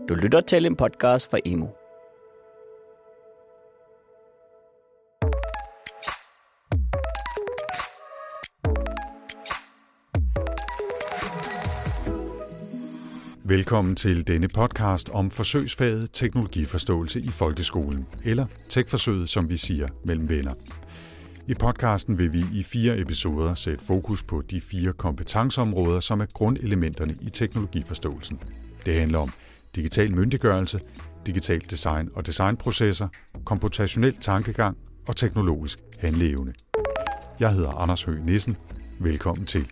Du lytter til en podcast fra Emo. Velkommen til denne podcast om forsøgsfaget teknologiforståelse i folkeskolen, eller TEK-forsøget, som vi siger mellem venner. I podcasten vil vi i 4 episoder sætte fokus på de 4 kompetenceområder, som er grundelementerne i teknologiforståelsen. Det handler om digital myndiggørelse, digital design og designprocesser, komputationel tankegang og teknologisk handleevne. Jeg hedder Anders Høgh Nissen. Velkommen til.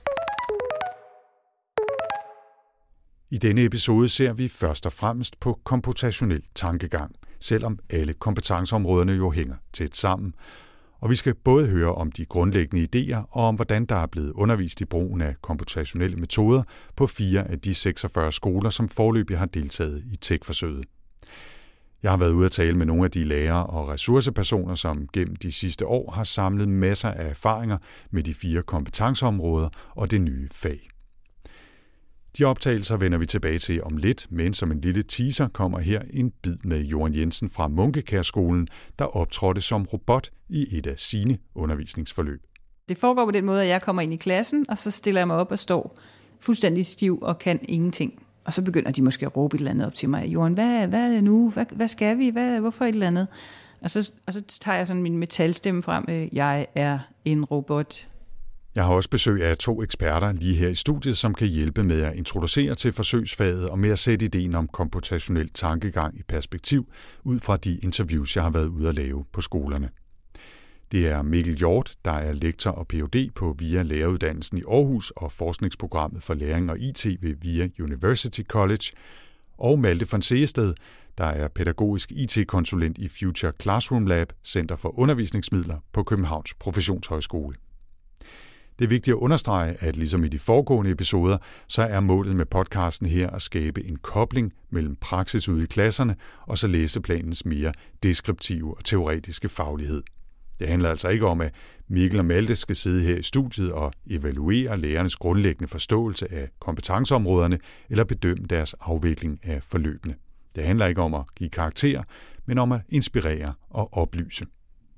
I denne episode ser vi først og fremmest på komputationel tankegang, selvom alle kompetenceområderne jo hænger tæt sammen. Og vi skal både høre om de grundlæggende idéer og om, hvordan der er blevet undervist i brugen af komputationelle metoder på 4 af de 46 skoler, som foreløbig har deltaget i TEK-forsøget. Jeg har været ude at tale med nogle af de lærere og ressourcepersoner, som gennem de sidste år har samlet masser af erfaringer med de 4 kompetenceområder og det nye fag. De optagelser vender vi tilbage til om lidt, men som en lille teaser kommer her en bid med Johan Jensen fra Munkekærskolen, der optrådte som robot i et af sine undervisningsforløb. Det foregår på den måde, at jeg kommer ind i klassen, og så stiller jeg mig op og står fuldstændig stiv og kan ingenting. Og så begynder de måske at råbe et eller andet op til mig. Johan, hvad er det nu? Hvad skal vi? Hvorfor et eller andet? Og så tager jeg sådan min metalstemme frem. Jeg er en robot. Jeg har også besøg af 2 eksperter lige her i studiet, som kan hjælpe med at introducere til forsøgsfaget og med at sætte ideen om komputationel tankegang i perspektiv ud fra de interviews, jeg har været ude at lave på skolerne. Det er Mikkel Hjort, der er lektor og Ph.D. på VIA læreruddannelsen i Aarhus og forskningsprogrammet for læring og IT ved VIA University College, og Malte von Seested, der er pædagogisk IT-konsulent i Future Classroom Lab, Center for Undervisningsmidler på Københavns Professionshøjskole. Det er vigtigt at understrege, at ligesom i de foregående episoder, så er målet med podcasten her at skabe en kobling mellem praksis ude i klasserne og så læseplanens mere deskriptive og teoretiske faglighed. Det handler altså ikke om, at Mikkel og Malte skal sidde her i studiet og evaluere lærernes grundlæggende forståelse af kompetenceområderne eller bedømme deres afvikling af forløbene. Det handler ikke om at give karakterer, men om at inspirere og oplyse.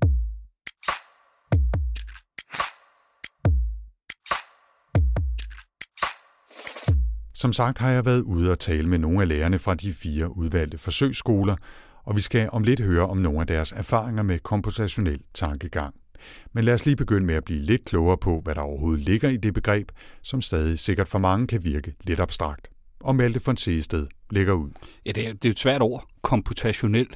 Som sagt har jeg været ude og tale med nogle af lærerne fra de 4 udvalgte forsøgsskoler, og vi skal om lidt høre om nogle af deres erfaringer med komputationel tankegang. Men lad os lige begynde med at blive lidt klogere på, hvad der overhovedet ligger i det begreb, som stadig sikkert for mange kan virke lidt abstrakt. Og Malte von Seested lægger ud. Ja, det er jo et svært ord, komputationelt,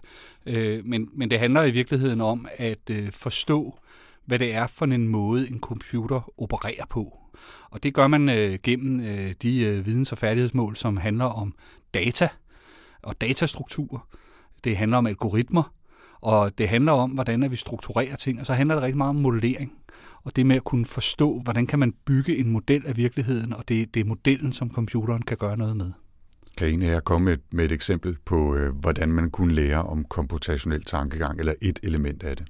men det handler i virkeligheden om at forstå, hvad det er for en måde, en computer opererer på. Og det gør man gennem de videns- og færdighedsmål, som handler om data og datastrukturer. Det handler om algoritmer, og det handler om, hvordan vi strukturerer ting. Og så handler det rigtig meget om modellering. Og det med at kunne forstå, hvordan kan man bygge en model af virkeligheden, og det er modellen, som computeren kan gøre noget med. Kan en af jer komme med et eksempel på, hvordan man kunne lære om komputationel tankegang, eller et element af det?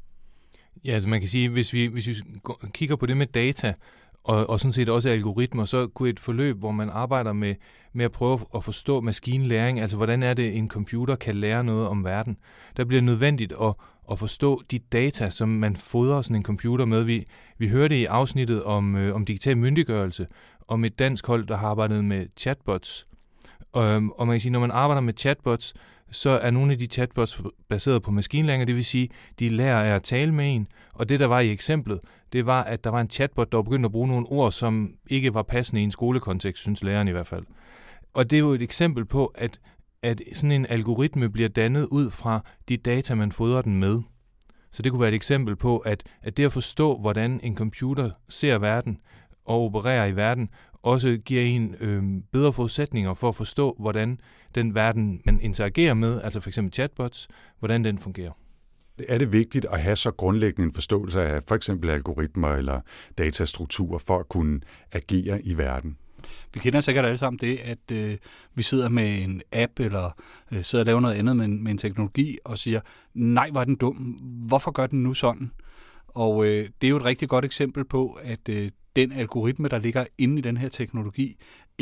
Ja, altså man kan sige, hvis vi kigger på det med data, og sådan set også algoritmer, så kunne et forløb, hvor man arbejder med at prøve at forstå maskinlæring, altså hvordan er det, en computer kan lære noget om verden. Der bliver nødvendigt at forstå de data, som man fodrer sådan en computer med. Vi hørte i afsnittet om digital myndiggørelse, om et dansk hold, der har arbejdet med chatbots. Og man kan sige, når man arbejder med chatbots, så er nogle af de chatbots baseret på maskinlæring, og det vil sige, de lærer af at tale med en. Og det, der var i eksemplet, det var, at der var en chatbot, der begyndte at bruge nogle ord, som ikke var passende i en skolekontekst, synes læreren i hvert fald. Og det er jo et eksempel på, at sådan en algoritme bliver dannet ud fra de data, man fodrer den med. Så det kunne være et eksempel på, at det at forstå, hvordan en computer ser verden og opererer i verden, også giver en bedre forudsætninger for at forstå, hvordan den verden, man interagerer med, altså f.eks. chatbots, hvordan den fungerer. Er det vigtigt at have så grundlæggende en forståelse af for eksempel algoritmer eller datastrukturer for at kunne agere i verden? Vi kender sikkert alle sammen det, at vi sidder med en app eller sidder og laver noget andet med en teknologi og siger, nej, hvor er den dum, hvorfor gør den nu sådan? Og det er jo et rigtig godt eksempel på, at den algoritme, der ligger inde i den her teknologi, ikke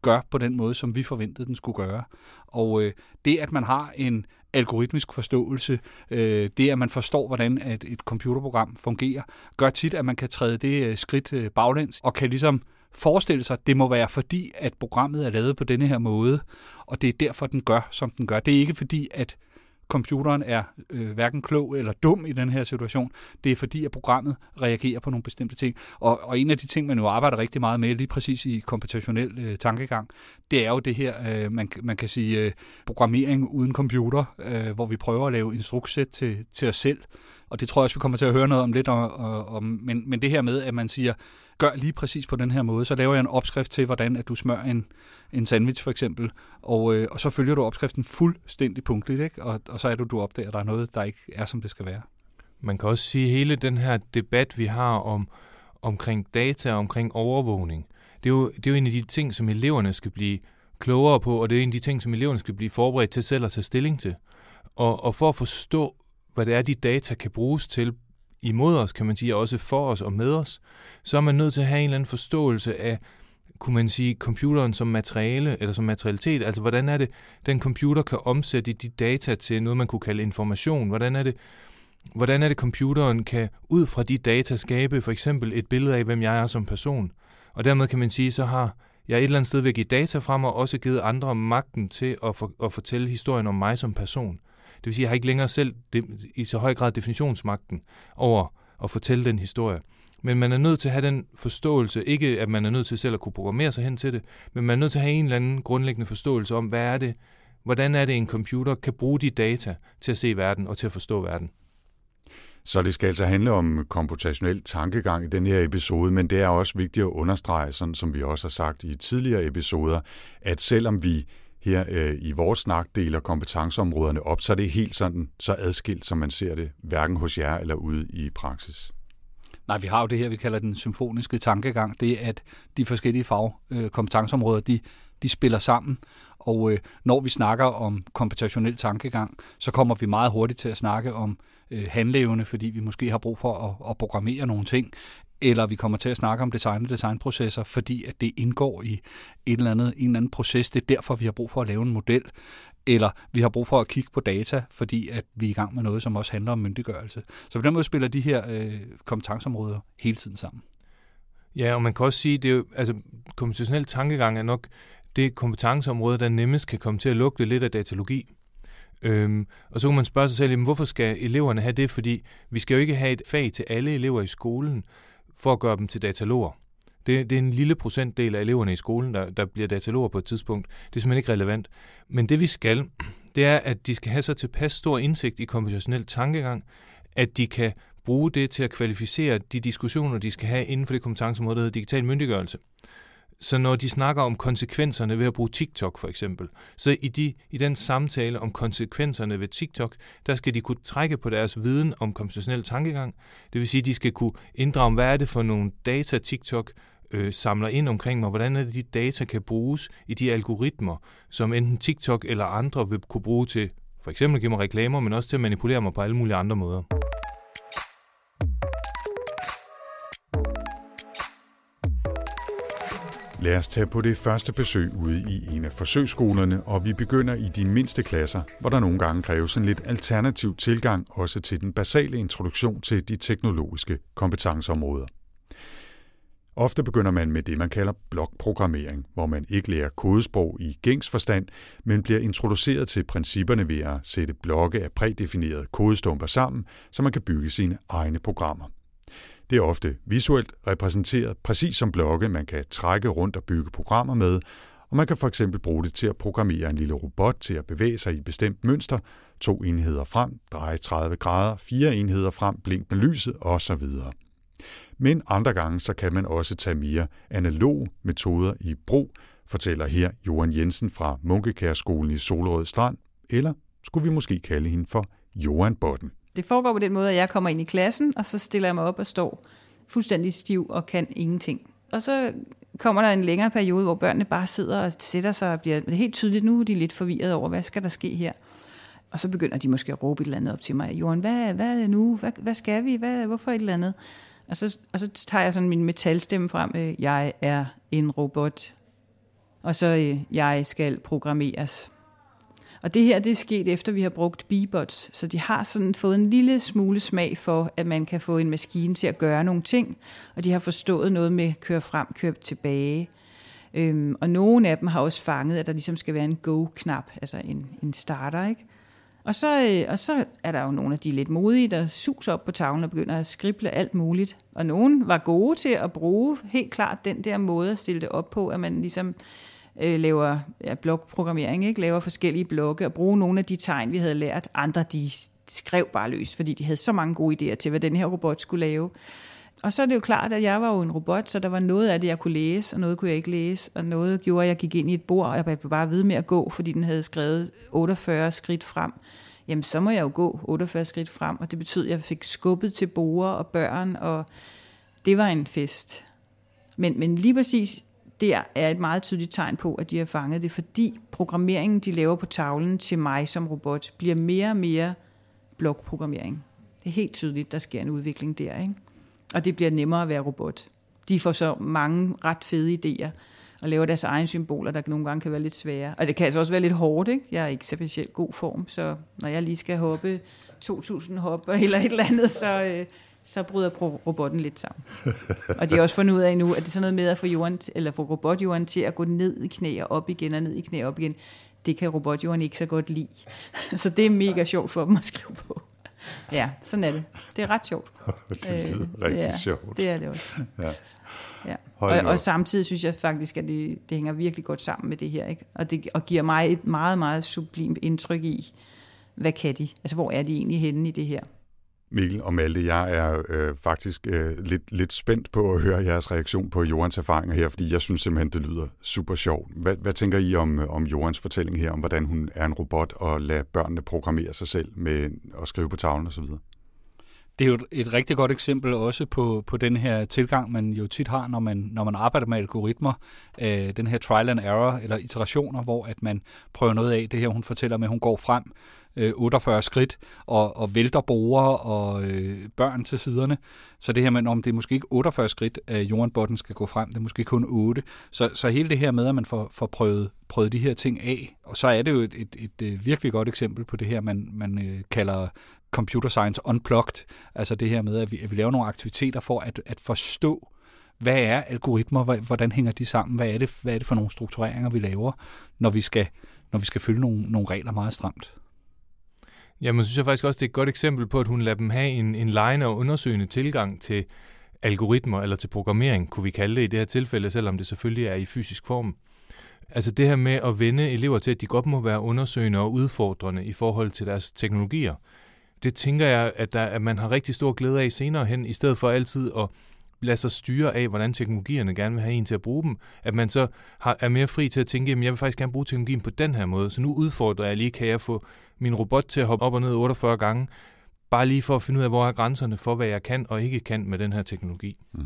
gør på den måde, som vi forventede, den skulle gøre. Og det, at man har en algoritmisk forståelse, det, at man forstår, hvordan at et computerprogram fungerer, gør tit, at man kan træde det skridt baglæns, og kan ligesom forestille sig, at det må være fordi, at programmet er lavet på denne her måde, og det er derfor, den gør, som den gør. Det er ikke fordi, at computeren er hverken klog eller dum i den her situation. Det er fordi, at programmet reagerer på nogle bestemte ting. Og en af de ting, man jo arbejder rigtig meget med, lige præcis i komputationel tankegang, det er jo det her, man kan sige, programmering uden computer, hvor vi prøver at lave instrukssæt til os selv. Og det tror jeg også, vi kommer til at høre noget om lidt om. Men det her med, at man siger, gør lige præcis på den her måde, så laver jeg en opskrift til, hvordan at du smører en sandwich for eksempel, og så følger du opskriften fuldstændig punktligt, ikke? Og så er du opdager, at der er noget, der ikke er, som det skal være. Man kan også sige, at hele den her debat, vi har omkring data og omkring overvågning, det er jo en af de ting, som eleverne skal blive klogere på, og det er en af de ting, som eleverne skal blive forberedt til selv at tage stilling til. Og for at forstå, hvad det er, de data kan bruges til imod os, kan man sige, også for os og med os, så er man nødt til at have en eller anden forståelse af, kunne man sige, computeren som materiale eller som materialitet. Altså, hvordan er det, den computer kan omsætte de data til noget, man kunne kalde information? Hvordan er det, computeren kan ud fra de data skabe for eksempel et billede af, hvem jeg er som person? Og dermed kan man sige, så har jeg et eller andet sted ved at give data frem og også givet andre magten til at fortælle historien om mig som person. Det vil sige, at jeg har ikke længere selv i så høj grad definitionsmagten over at fortælle den historie. Men man er nødt til at have den forståelse, ikke at man er nødt til selv at kunne programmere sig hen til det, men man er nødt til at have en eller anden grundlæggende forståelse om, hvordan er det, en computer kan bruge de data til at se verden og til at forstå verden. Så det skal altså handle om komputationel tankegang i den her episode, men det er også vigtigt at understrege, sådan som vi også har sagt i tidligere episoder, at selvom vi her i vores snak deler kompetenceområderne op, så er det helt sådan så adskilt, som man ser det, hverken hos jer eller ude i praksis. Nej, vi har jo det her, vi kalder den symfoniske tankegang. Det er, at de forskellige kompetenceområder, de spiller sammen. Og når vi snakker om komputationel tankegang, så kommer vi meget hurtigt til at snakke om handleevne, fordi vi måske har brug for at programmere nogle ting, eller vi kommer til at snakke om design og designprocesser, fordi at det indgår i en eller anden proces. Det er derfor, vi har brug for at lave en model, eller vi har brug for at kigge på data, fordi at vi er i gang med noget, som også handler om myndiggørelse. Så på den måde spiller de her kompetenceområder hele tiden sammen. Ja, og man kan også sige, at komputationel tankegang er nok det kompetenceområde, der nemmest kan komme til at lugte lidt af datalogi. Og så kan man spørge sig selv, jamen, hvorfor skal eleverne have det? Fordi vi skal jo ikke have et fag til alle elever i skolen for at gøre dem til dataloger. Det er en lille procentdel af eleverne i skolen, der bliver dataloger på et tidspunkt. Det er simpelthen ikke relevant. Men det vi skal, det er, at de skal have så tilpas stor indsigt i komputationel tankegang, at de kan bruge det til at kvalificere de diskussioner, de skal have inden for det kompetenceområde, der hedder digital myndiggørelse. Så når de snakker om konsekvenserne ved at bruge TikTok for eksempel, så i den samtale om konsekvenserne ved TikTok, der skal de kunne trække på deres viden om komputationel tankegang. Det vil sige, at de skal kunne inddrage, hvad er det for nogle data TikTok samler ind omkring mig, hvordan er det, de data kan bruges i de algoritmer, som enten TikTok eller andre vil kunne bruge til for eksempel at give mig reklamer, men også til at manipulere mig på alle mulige andre måder. Lad os tage på det første forsøg ude i en af forsøgsskolerne, og vi begynder i de mindste klasser, hvor der nogle gange kræves en lidt alternativ tilgang også til den basale introduktion til de teknologiske kompetenceområder. Ofte begynder man med det, man kalder blokprogrammering, hvor man ikke lærer kodesprog i gængs forstand, men bliver introduceret til principperne ved at sætte blokke af prædefinerede kodestumper sammen, så man kan bygge sine egne programmer. Det er ofte visuelt repræsenteret, præcis som blokke, man kan trække rundt og bygge programmer med, og man kan for eksempel bruge det til at programmere en lille robot til at bevæge sig i et bestemt mønster, 2 enheder frem, dreje 30 grader, 4 enheder frem, blink med lyset osv. Men andre gange så kan man også tage mere analoge metoder i brug, fortæller her Johan Jensen fra Munkekærskolen i Solrød Strand, eller skulle vi måske kalde hende for Johan Botten. Det foregår på den måde, at jeg kommer ind i klassen, og så stiller jeg mig op og står fuldstændig stiv og kan ingenting. Og så kommer der en længere periode, hvor børnene bare sidder og sætter sig og bliver helt tydeligt, nu er de lidt forvirret over, hvad skal der ske her? Og så begynder de måske at råbe et eller andet op til mig. Johan, hvad er det nu? Hvad skal vi? Hvorfor et eller andet? Og så tager jeg sådan min metalstemme frem. Jeg er en robot. og så jeg skal programmeres. Og det her, det er sket efter, vi har brugt Bee-bots, så de har sådan fået en lille smule smag for, at man kan få en maskine til at gøre nogle ting, og de har forstået noget med køre frem, køre tilbage. Og nogle af dem har også fanget, at der ligesom skal være en go-knap, altså en starter, ikke? Og så er der jo nogle af de lidt modige, der suser op på tavlen og begynder at skrible alt muligt. Og nogen var gode til at bruge helt klart den der måde at stille det op på, at man ligesom laver blokprogrammering, ikke? Laver forskellige blokke og bruge nogle af de tegn, vi havde lært. Andre, de skrev bare løs, fordi de havde så mange gode idéer til, hvad den her robot skulle lave. Og så er det jo klart, at jeg var jo en robot, så der var noget af det, jeg kunne læse, og noget kunne jeg ikke læse, og noget gjorde, at jeg gik ind i et bord, og jeg blev bare ved med at gå, fordi den havde skrevet 48 skridt frem. Jamen, så må jeg jo gå 48 skridt frem, og det betød, at jeg fik skubbet til borde og børn, og det var en fest. Men lige præcis der er et meget tydeligt tegn på, at de har fanget det, fordi programmeringen, de laver på tavlen til mig som robot, bliver mere og mere blokprogrammering. Det er helt tydeligt, der sker en udvikling der, ikke? Og det bliver nemmere at være robot. De får så mange ret fede idéer og laver deres egne symboler, der nogle gange kan være lidt svære. Og det kan altså også være lidt hårdt, ikke? Jeg er ikke specielt god form, så når jeg lige skal hoppe 2.000 hop eller et eller andet, så bryder robotten lidt sammen. Og de har også fundet ud af nu, at det er sådan noget med at få robotjorden til at gå ned i knæ og op igen og ned i knæ og op igen. Det kan robotjorden ikke så godt lide. Så det er mega sjovt for dem at skrive på. Ja, sådan er det. Det er ret sjovt. Det lyder rigtig sjovt. Det er det også. Ja. Og samtidig synes jeg faktisk, at det hænger virkelig godt sammen med det her, ikke? Og giver mig et meget, meget sublimt indtryk i, hvad kan de? Altså, hvor er de egentlig henne i det her? Mikkel og Malte, jeg er faktisk lidt spændt på at høre jeres reaktion på Jorans erfaringer her, fordi jeg synes simpelthen, det lyder super sjovt. Hvad tænker I om Jorans fortælling her, om hvordan hun er en robot og lader børnene programmere sig selv med at skrive på tavlen osv.? Det er jo et rigtig godt eksempel også på den her tilgang, man jo tit har, når man arbejder med algoritmer. Den her trial and error, eller iterationer, hvor at man prøver noget af. Det her, hun fortæller med, at hun går frem 48 skridt og vælter brugere og børn til siderne. Så det her med, om det er måske ikke 48 skridt, at Joran-botten skal gå frem, det er måske kun 8. Så hele det her med, at man får prøvet de her ting af. Og så er det jo et virkelig godt eksempel på det her, man kalder computer science unplugged, altså det her med, at vi laver nogle aktiviteter for at forstå, hvad er algoritmer, hvordan hænger de sammen, hvad er det for nogle struktureringer, vi laver, når vi skal følge nogle regler meget stramt. Jamen, synes jeg faktisk også, det er et godt eksempel på, at hun lader dem have en legende og undersøgende tilgang til algoritmer, eller til programmering, kunne vi kalde det i det her tilfælde, selvom det selvfølgelig er i fysisk form. Altså det her med at vende elever til, at de godt må være undersøgende og udfordrende i forhold til deres teknologier. Det tænker jeg, at man har rigtig stor glæde af senere hen, i stedet for altid at lade sig styre af, hvordan teknologierne gerne vil have en til at bruge dem. At man så er mere fri til at tænke, at jeg vil faktisk gerne bruge teknologien på den her måde. Så nu udfordrer jeg lige, kan jeg få min robot til at hoppe op og ned 48 gange, bare lige for at finde ud af, hvor er grænserne for, hvad jeg kan og ikke kan med den her teknologi. Mm.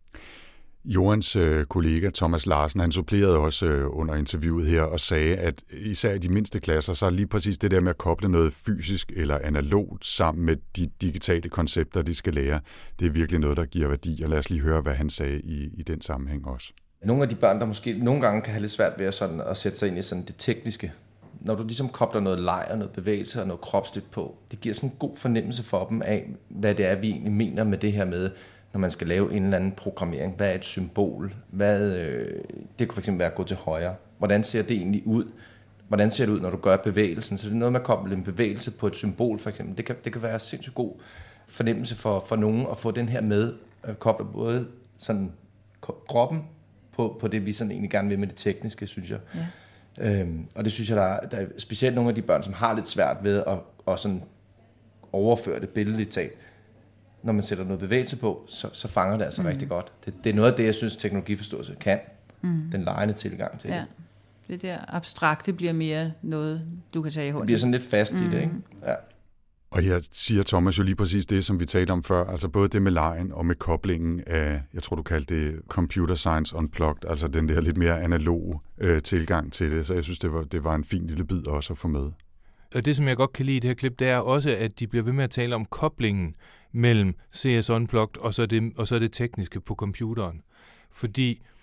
Jorans kollega Thomas Larsen, han supplerede også under interviewet her og sagde, at især i de mindste klasser, så er lige præcis det der med at koble noget fysisk eller analogt sammen med de digitale koncepter, de skal lære, det er virkelig noget, der giver værdi. Og lad os lige høre, hvad han sagde i den sammenhæng også. Nogle af de børn, der måske nogle gange kan have lidt svært ved at sætte sig ind i sådan det tekniske, når du ligesom kobler noget leg og noget bevægelse og noget kropsligt på, det giver sådan en god fornemmelse for dem af, hvad det er, vi egentlig mener med det her med, når man skal lave en eller anden programmering. Hvad er et symbol? Det kunne fx være at gå til højre. Hvordan ser det egentlig ud? Hvordan ser det ud, når du gør bevægelsen? Så det er noget med at koble en bevægelse på et symbol, for eksempel. Det kan være sindssygt god fornemmelse for nogen at få den her med. Koble både sådan kroppen på det, vi sådan egentlig gerne vil med det tekniske, synes jeg. Ja. Og det synes jeg, der er specielt nogle af de børn, som har lidt svært ved at sådan overføre det billedligt talt. Når man sætter noget bevægelse på, så fanger det altså rigtig godt. Det er noget af det, jeg synes, teknologiforståelse kan. Den legende tilgang til det. Det der abstrakte bliver mere noget, du kan tage i hånden. Det bliver sådan lidt fast i det, ikke? Ja. Og her siger Thomas jo lige præcis det, som vi talte om før, altså både det med legen og med koblingen af, jeg tror du kaldte det computer science unplugged, altså den der lidt mere analoge tilgang til det, så jeg synes, det var en fin lille bid også at få med. Og det, som jeg godt kan lide i det her klip, det er også, at de bliver ved med at tale om koblingen mellem CS Unplugged og så det tekniske på computeren. Fordi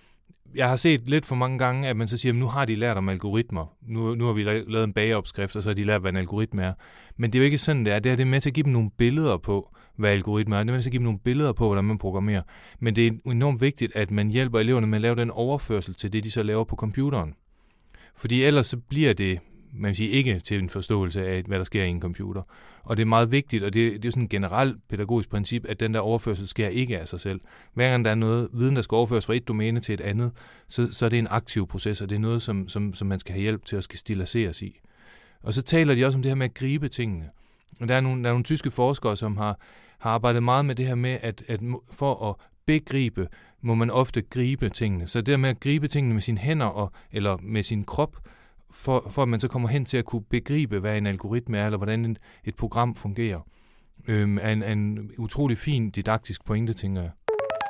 Jeg har set lidt for mange gange, at man så siger, at nu har de lært om algoritmer. Nu har vi lavet en bageopskrift, og så har de lært, hvad en algoritme er. Men det er jo ikke sådan, det er. Det er med til at give dem nogle billeder på, hvad algoritmer er. Det er med til at give dem nogle billeder på, hvordan man programmerer. Men det er enormt vigtigt, at man hjælper eleverne med at lave den overførsel til det, de så laver på computeren. Fordi ellers så bliver det, man vil sige, ikke til en forståelse af, hvad der sker i en computer. Og det er meget vigtigt, og det er sådan et generelt pædagogisk princip, at den der overførsel sker ikke af sig selv. Hver gang der er noget viden, der skal overføres fra et domæne til et andet, så er det en aktiv proces, og det er noget, som man skal have hjælp til at skal stillaceres i. Og så taler de også om det her med at gribe tingene. Og der er nogle tyske forskere, som har arbejdet meget med det her med, at for at begribe, må man ofte gribe tingene. Så det der med at gribe tingene med sine hænder eller med sin krop, for at man så kommer hen til at kunne begribe, hvad en algoritme er, eller hvordan et program fungerer, er en utrolig fin didaktisk pointe, tænker jeg.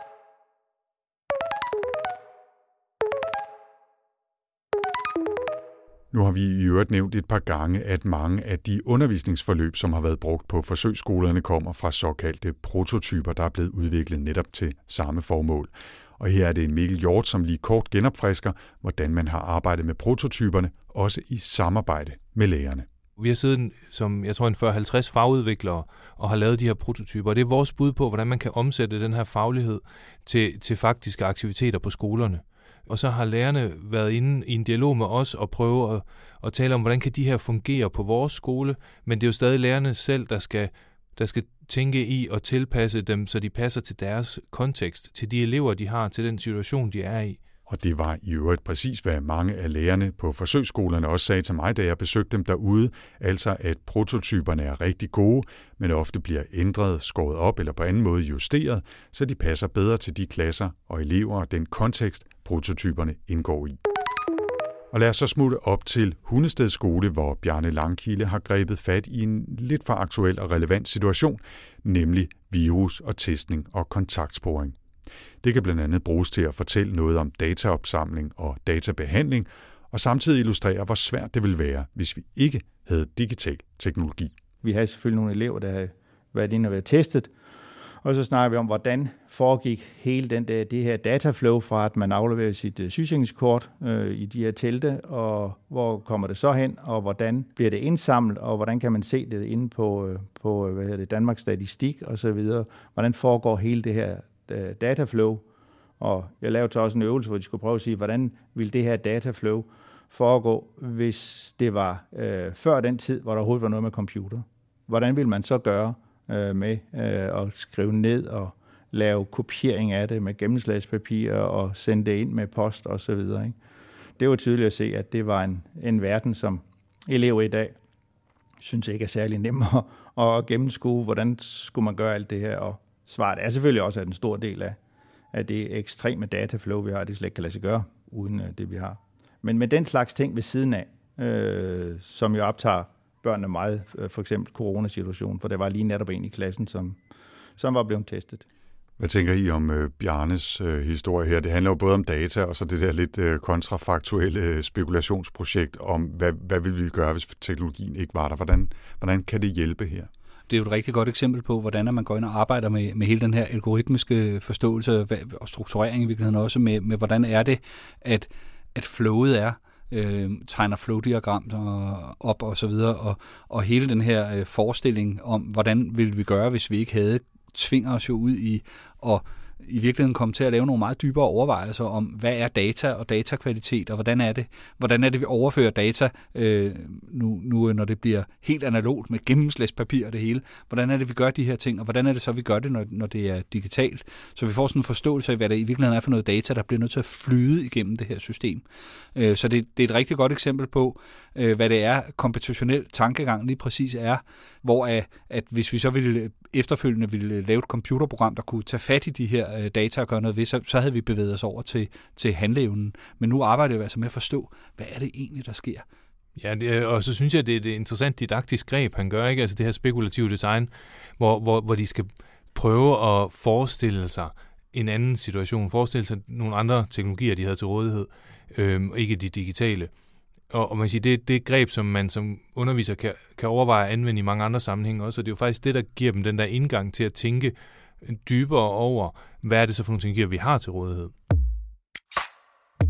Nu har vi i øvrigt nævnt et par gange, at mange af de undervisningsforløb, som har været brugt på forsøgsskolerne, kommer fra såkaldte prototyper, der er blevet udviklet netop til samme formål. Og her er det Mikkel Hjort, som lige kort genopfrisker, hvordan man har arbejdet med prototyperne, også i samarbejde med lærerne. Vi har siddet som, jeg tror, en 40-50 fagudviklere og har lavet de her prototyper. Og det er vores bud på, hvordan man kan omsætte den her faglighed til faktiske aktiviteter på skolerne. Og så har lærerne været inde i en dialog med os og prøve at tale om, hvordan kan de her fungere på vores skole. Men det er jo stadig lærerne selv, der skal tænke i og tilpasse dem, så de passer til deres kontekst, til de elever, de har, til den situation, de er i. Og det var i øvrigt præcis, hvad mange af lærerne på forsøgsskolerne også sagde til mig, da jeg besøgte dem derude. Altså, at prototyperne er rigtig gode, men ofte bliver ændret, skåret op eller på anden måde justeret, så de passer bedre til de klasser og elever og den kontekst, prototyperne indgår i. Og lad os så smutte op til Hundested Skole, hvor Bjarne Langkilde har grebet fat i en lidt for aktuel og relevant situation, nemlig virus og testning og kontaktsporing. Det kan blandt andet bruges til at fortælle noget om dataopsamling og databehandling, og samtidig illustrere, hvor svært det ville være, hvis vi ikke havde digital teknologi. Vi havde selvfølgelig nogle elever, der havde været inde og været testet, og så snakker vi om, hvordan foregik hele det her dataflow fra, at man afleverer sit sygesikringskort i de her telte, og hvor kommer det så hen, og hvordan bliver det indsamlet, og hvordan kan man se det inde på Danmarks Statistik og så videre. Hvordan foregår hele det her dataflow? Og jeg lavede så også en øvelse, hvor de skulle prøve at sige, hvordan ville det her dataflow foregå, hvis det var før den tid, hvor der overhovedet var noget med computer. Hvordan ville man så gøre med at skrive ned og lave kopiering af det med gennemslagspapir og sende det ind med post og så videre, ikke? Det var tydeligt at se, at det var en verden, som elever i dag synes ikke er særlig nemmere at gennemskue. Hvordan skulle man gøre alt det her? Og svaret er selvfølgelig også, at en stor del af det ekstreme dataflow, vi har, det slet ikke kan lade sig gøre uden det, vi har. Men med den slags ting ved siden af, som jo optager børnene meget, for eksempel coronasituationen, for der var lige netop en i klassen, som var blevet testet. Hvad tænker I om Bjarnes historie her? Det handler jo både om data og så det der lidt kontrafaktuelle spekulationsprojekt om, hvad vil vi gøre, hvis teknologien ikke var der? Hvordan kan det hjælpe her? Det er jo et rigtig godt eksempel på, hvordan man går ind og arbejder med hele den her algoritmiske forståelse og strukturering i virkeligheden også med hvordan er det, at flowet er, tegner flow-diagram op og så videre, og hele den her forestilling om, hvordan ville vi gøre, hvis vi ikke havde, tvinger os jo ud i og i virkeligheden komme til at lave nogle meget dybere overvejelser om, hvad er data og datakvalitet, og hvordan er det vi overfører data, nu når det bliver helt analogt med gennemslagspapir og det hele. Hvordan er det, vi gør de her ting, og hvordan er det så, vi gør det, når det er digitalt? Så vi får sådan en forståelse af, hvad der i virkeligheden er for noget data, der bliver nødt til at flyde igennem det her system. Så det er et rigtig godt eksempel på, hvad det er, komputationel tankegang lige præcis er, hvor at hvis vi så efterfølgende ville lave et computerprogram, der kunne tage fat i de her data og gøre noget ved, så havde vi bevæget os over til handleevnen. Men nu arbejder vi altså med at forstå, hvad er det egentlig, der sker? Ja, og så synes jeg, det er et interessant didaktisk greb, han gør, ikke? Altså det her spekulative design, hvor de skal prøve at forestille sig en anden situation, forestille sig nogle andre teknologier, de havde til rådighed, ikke de digitale. Og man kan sige, det er et greb, som man som underviser kan overveje at anvende i mange andre sammenhænge også, og det er jo faktisk det, der giver dem den der indgang til at tænke dybere over, hvad er det så for nogle teknologier, vi har til rådighed.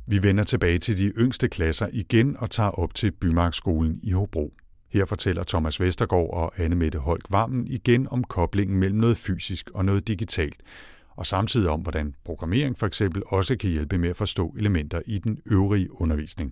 Vi vender tilbage til de yngste klasser igen og tager op til Bymarkskolen i Hobro. Her fortæller Thomas Vestergaard og Anne-Mette Holk-Vammen igen om koblingen mellem noget fysisk og noget digitalt, og samtidig om, hvordan programmering for eksempel også kan hjælpe med at forstå elementer i den øvrige undervisning.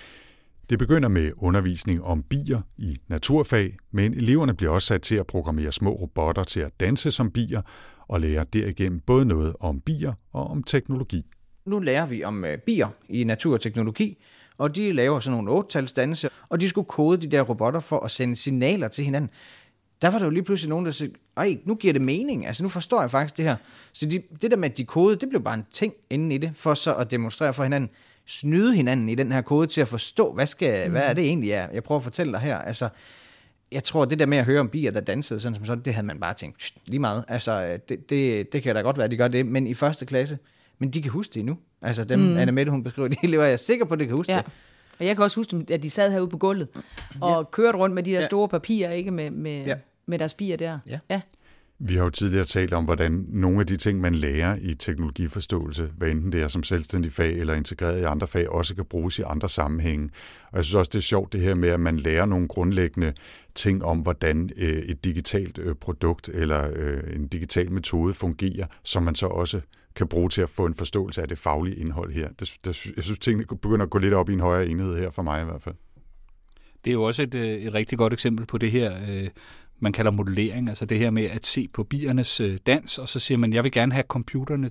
Det begynder med undervisning om bier i naturfag, men eleverne bliver også sat til at programmere små robotter til at danse som bier og lære derigennem både noget om bier og om teknologi. Nu lærer vi om bier i natur og teknologi, og de laver sådan nogle 8-talsdanse, og de skulle kode de der robotter for at sende signaler til hinanden. Der var der jo lige pludselig nogen, der sagde, nu giver det mening, altså nu forstår jeg faktisk det her. Så det der med, at de kode, det blev bare en ting inde i det, for så at demonstrere for hinanden, snyde hinanden i den her kode til at forstå, hvad er det egentlig, jeg prøver at fortælle dig her. Altså, jeg tror, det der med at høre om bier, der dansede sådan som sådan, det havde man bare tænkt, lige meget. Altså, det kan da godt være, at de gør det, men i første klasse, men de kan huske det endnu. Altså dem, Anne-Mette, hun beskriver, de elever, jeg er sikker på, at de kan huske det. Og jeg kan også huske, at de sad herude på gulvet og kørte rundt med de der store papirer, ikke med deres bier der. Ja. Vi har jo tidligere talt om, hvordan nogle af de ting, man lærer i teknologiforståelse, hvad enten det er som selvstændig fag eller integreret i andre fag, også kan bruges i andre sammenhænge. Og jeg synes også, det er sjovt det her med, at man lærer nogle grundlæggende ting om, hvordan et digitalt produkt eller en digital metode fungerer, som man så også kan bruge til at få en forståelse af det faglige indhold her. Jeg synes, tingene begynder at gå lidt op i en højere enhed her, for mig i hvert fald. Det er jo også et rigtig godt eksempel på det her, man kalder modellering, altså det her med at se på biernes dans, og så siger man, jeg vil gerne have computeren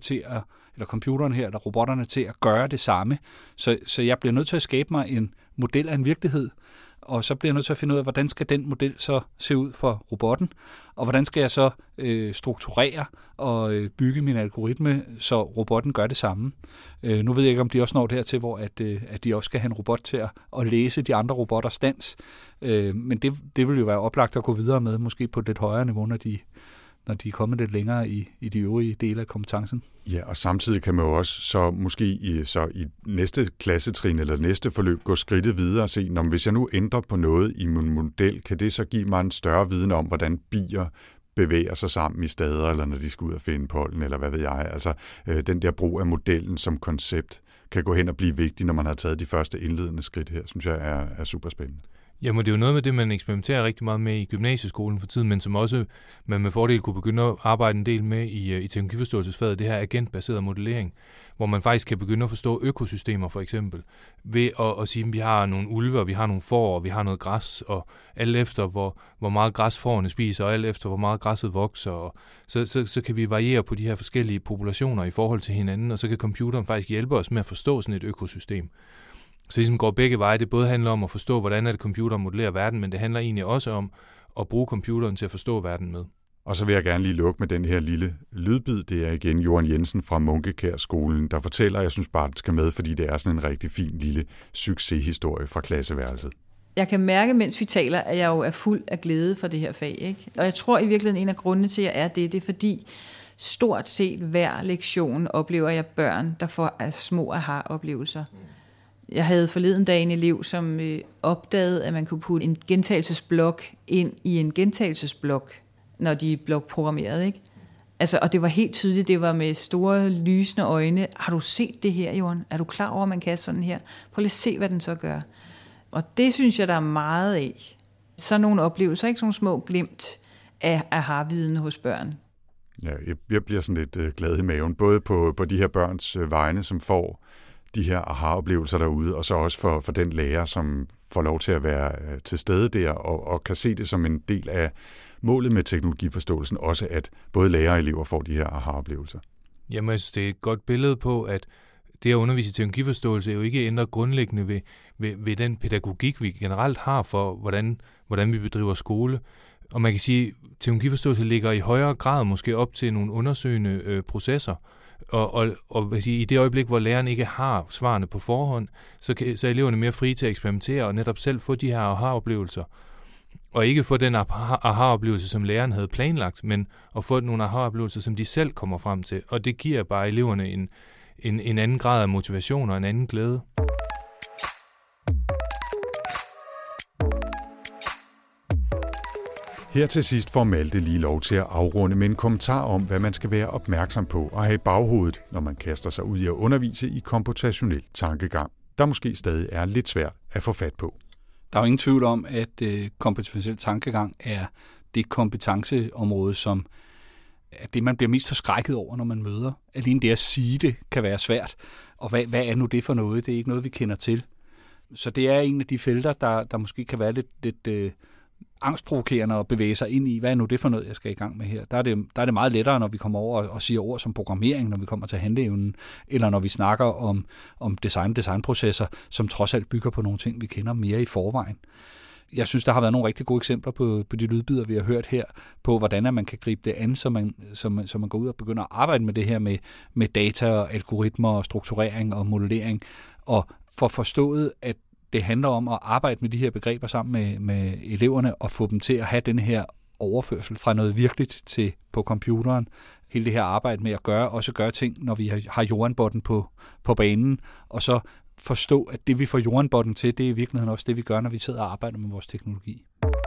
her, eller robotterne til at gøre det samme, så jeg bliver nødt til at skabe mig en model af en virkelighed, og så bliver jeg nødt til at finde ud af, hvordan skal den model så se ud for robotten, og hvordan skal jeg så strukturere og bygge min algoritme, så robotten gør det samme. Nu ved jeg ikke, om de også når dertil, hvor at de også skal have en robot til at læse de andre robotters dans, men det vil jo være oplagt at gå videre med, måske på et lidt højere niveau, når de er kommet lidt længere i de øvrige dele af kompetencen. Ja, og samtidig kan man jo også så måske i næste klassetrin eller næste forløb gå skridtet videre og se, hvis jeg nu ændrer på noget i min model, kan det så give mig en større viden om, hvordan bier bevæger sig sammen i stader, eller når de skal ud og finde pollen, eller hvad ved jeg. Altså den der brug af modellen som koncept kan gå hen og blive vigtig, når man har taget de første indledende skridt her, synes jeg er super spændende. Jamen, det er jo noget med det, man eksperimenterer rigtig meget med i gymnasieskolen for tiden, men som også man med fordel kunne begynde at arbejde en del med i teknologiforståelsesfaget, det her agentbaserede modellering, hvor man faktisk kan begynde at forstå økosystemer for eksempel, ved at sige, at vi har nogle ulve, og vi har nogle får, og vi har noget græs, og alt efter hvor meget græs fårene spiser, og alt efter hvor meget græsset vokser, og så kan vi variere på de her forskellige populationer i forhold til hinanden, og så kan computeren faktisk hjælpe os med at forstå sådan et økosystem. Så ligesom går begge veje. Det både handler om at forstå, hvordan er det computeren modellerer verden, men det handler egentlig også om at bruge computeren til at forstå verden med. Og så vil jeg gerne lige lukke med den her lille lydbid. Det er igen Johan Jensen fra Munkekærskolen, der fortæller, jeg synes bare, det skal med, fordi det er sådan en rigtig fin lille succeshistorie fra klasseværelset. Jeg kan mærke, mens vi taler, at jeg jo er fuld af glæde for det her fag, ikke? Og jeg tror i virkeligheden, en af grundene til, at jeg er det er fordi stort set hver lektion oplever jeg børn, der får små aha-oplevelser. Jeg havde forleden dag en elev, som opdagede, at man kunne putte en gentagelsesblok ind i en gentagelsesblok, når de er blokprogrammerede, ikke? Altså, og det var helt tydeligt, det var med store, lysende øjne. Har du set det her, Jorden? Er du klar over, at man kan sådan her? Prøv lige at se, hvad den så gør. Og det synes jeg, der er meget af. Sådan nogle oplevelser, ikke sådan nogle små glimt af aha-viden hos børn. Ja, jeg bliver sådan lidt glad i maven, både på de her børns vegne, som får de her aha-oplevelser derude, og så også for den lærer, som får lov til at være til stede der, og kan se det som en del af målet med teknologiforståelsen, også at både lærere og elever får de her aha-oplevelser. Jamen, jeg synes, det er et godt billede på, at det at undervise i teknologiforståelse jo ikke ændrer grundlæggende ved den pædagogik, vi generelt har for, hvordan vi bedriver skole. Og man kan sige, at teknologiforståelse ligger i højere grad måske op til nogle undersøgende processer. Og i det øjeblik, hvor læreren ikke har svarene på forhånd, så er eleverne mere frie til at eksperimentere og netop selv få de her aha-oplevelser. Og ikke få den aha-oplevelse, som læreren havde planlagt, men at få nogle aha-oplevelser, som de selv kommer frem til. Og det giver bare eleverne en anden grad af motivation og en anden glæde. Her til sidst får Malte lige lov til at afrunde med en kommentar om, hvad man skal være opmærksom på og have i baghovedet, når man kaster sig ud i at undervise i komputationel tankegang, der måske stadig er lidt svært at få fat på. Der er jo ingen tvivl om, at komputationel tankegang er det kompetenceområde, som er det, man bliver mest forskrækket over, når man møder. Alene det at sige det kan være svært. Og hvad er nu det for noget? Det er ikke noget, vi kender til. Så det er en af de felter, der måske kan være lidt angstprovokerende at bevæge sig ind i. Hvad er nu det for noget, jeg skal i gang med her? Der er det meget lettere, når vi kommer over og siger ord som programmering, når vi kommer til handleevnen, eller når vi snakker om designprocesser, som trods alt bygger på nogle ting, vi kender mere i forvejen. Jeg synes, der har været nogle rigtig gode eksempler på de lydbider, vi har hørt her, på hvordan man kan gribe det an, så man går ud og begynder at arbejde med det her med data og algoritmer og strukturering og modellering, og får forstået, at det handler om at arbejde med de her begreber sammen med eleverne og få dem til at have den her overførsel fra noget virkeligt til på computeren. Hele det her arbejde med at gøre ting, når vi har jordbotten på banen, og så forstå, at det vi får jordbotten til, det er i virkeligheden også det, vi gør, når vi sidder og arbejder med vores teknologi.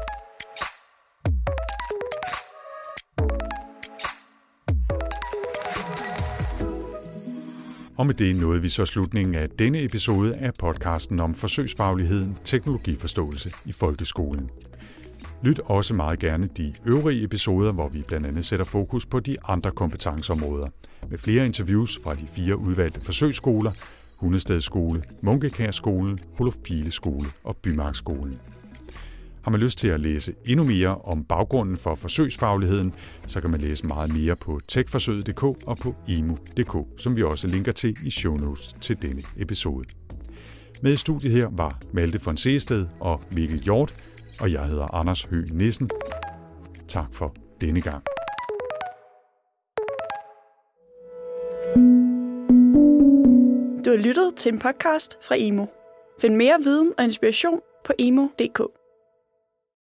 Og med det nåede vi så slutningen af denne episode af podcasten om forsøgsfagligheden, teknologiforståelse i folkeskolen. Lyt også meget gerne de øvrige episoder, hvor vi blandt andet sætter fokus på de andre kompetenceområder, med flere interviews fra de 4 udvalgte forsøgsskoler, Hundested Skole, Munkekær Skole, Olof Pihle Skole og Bymarkskolen. Har man lyst til at læse endnu mere om baggrunden for forsøgsfagligheden, så kan man læse meget mere på techforsøget.dk og på emu.dk, som vi også linker til i show notes til denne episode. Med i studiet her var Malte von Sehested og Mikkel Hjort, og jeg hedder Anders Høgh Nissen. Tak for denne gang. Du har lyttet til en podcast fra Emu. Find mere viden og inspiration på emu.dk.